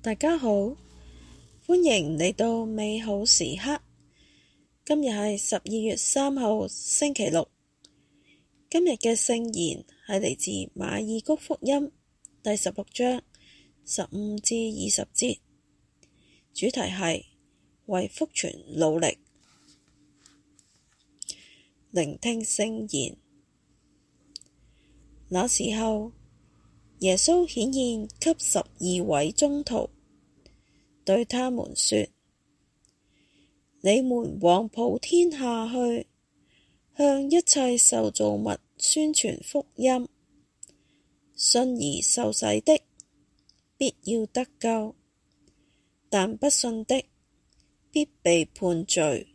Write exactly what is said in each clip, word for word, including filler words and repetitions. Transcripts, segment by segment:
大家好，歡迎嚟到美好時刻。今日係十二月三號星期六。今日嘅聖言係嚟自馬爾谷福音第十六章十五至二十節，主題係為福傳努力。聆聽聖言。那時候，耶穌顯現給十二位宗徒，對他們說：你們往普天下去，向一切受造物宣傳福音。信而受洗的，必要得救；但不信的，必被判罪。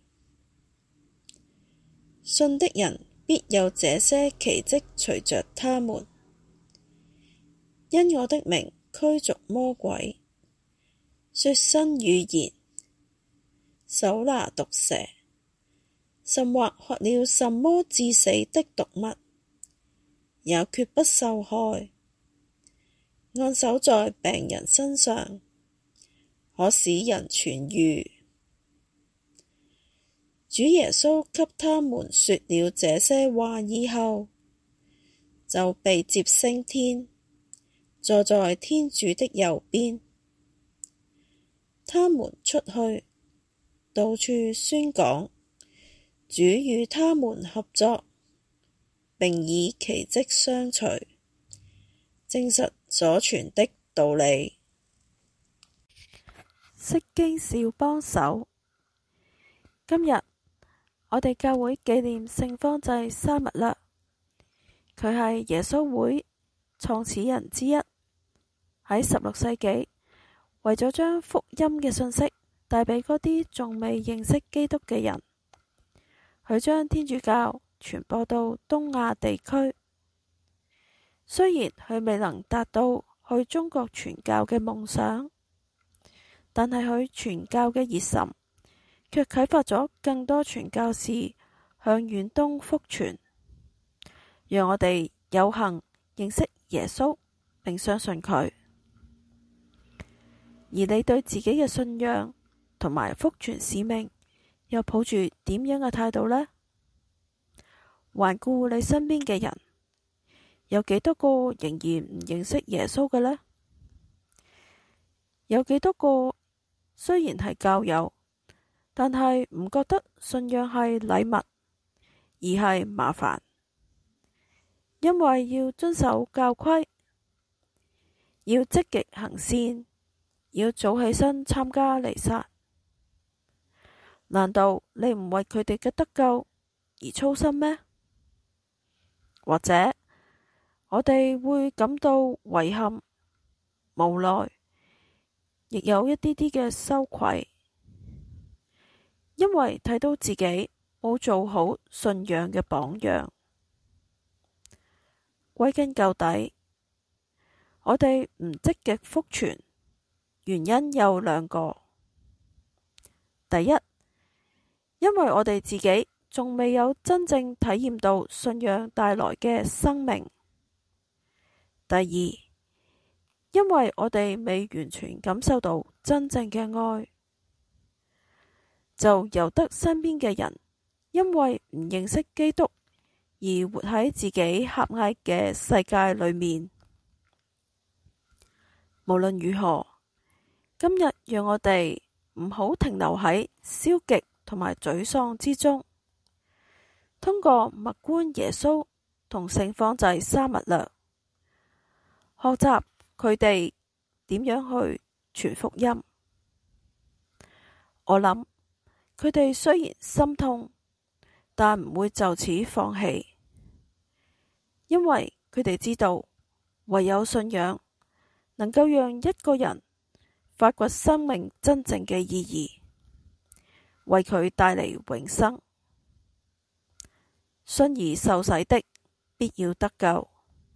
信的人必有這些奇蹟隨着他們：因我的名驅逐魔鬼，說新語言，手拿毒蛇，甚或喝了什麼致死的毒物，也決不受害。按手在病人身上，可使人痊癒。主耶穌給他們說了這些話以後，就被接升天，坐在天主的右邊。他們出去，到處宣講主與他們合作，並以奇蹟相隨，證實所傳的道理。釋經小幫手。今日我哋教會紀念聖方濟沙勿略，佢係耶穌會創始人之一。喺十六世紀，為咗將福音嘅信息帶俾嗰啲仲未認識基督嘅人，佢將天主教傳播到東亞地區。雖然佢未能達到去中國傳教嘅夢想，但係佢傳教嘅熱忱卻啟發咗更多傳教士向遠東福傳，讓我哋有幸認識耶穌並相信佢。而你對自己嘅信仰同埋福傳使命又抱住點樣嘅態度呢？環顧你身邊嘅人，有幾多個仍然唔認識耶穌嘅呢？有幾多個雖然係教友，但係唔覺得信仰係禮物，而係麻煩，因為要遵守教規，要積極行善，要早起身參加彌撒。難道你唔為佢哋嘅得救而操心咩？或者我哋會感到遺憾、無奈，亦有一啲啲嘅羞愧，因為睇到自己冇做好信仰嘅榜樣。歸根究底，我哋唔積極福傳，原因有兩個。第一，因為我哋自己仲未有真正體驗到信仰帶來嘅生命。第二，因為我哋未完全感受到真正嘅愛，就由得身邊嘅人因為唔認識基督而活喺自己狹隘嘅世界裏面。無論如何，今日讓我哋唔好停留喺消極同埋沮喪之中，通過默觀耶穌同聖方濟沙勿略，學習佢哋點樣去傳福音。我諗佢哋雖然心痛，但唔會就此放棄，因為佢哋知道唯有信仰能夠讓一個人發掘生命真正嘅意義，為佢帶嚟永生。信而受洗的，必要得救。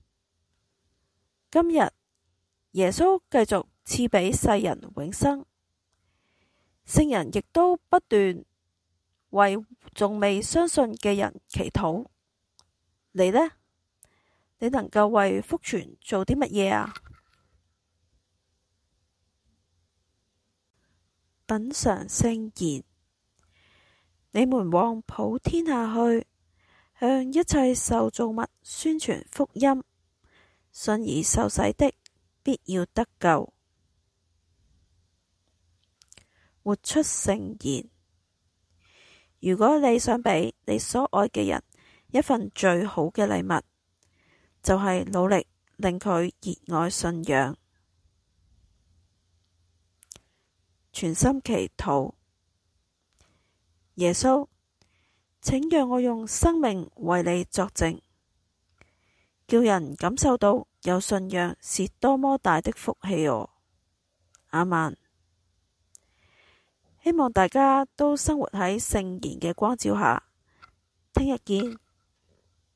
今日耶穌繼續賜俾世人永生，聖人亦都不斷為仲未相信嘅人祈禱。你呢？你能夠為福傳做啲乜嘢啊？ 品嚐聖言。你們往普天下去，向一切受造物宣傳福音，信而受洗的，必要得救。活出聖言。如果你想俾你所愛嘅人一份最好嘅禮物，就係努力令佢熱愛信仰。全心祈禱。耶穌，請讓我用生命為你作證，叫人感受到有信仰是多麼大的福氣哦。阿們。希望大家都生活喺聖言嘅光照下。聽日見。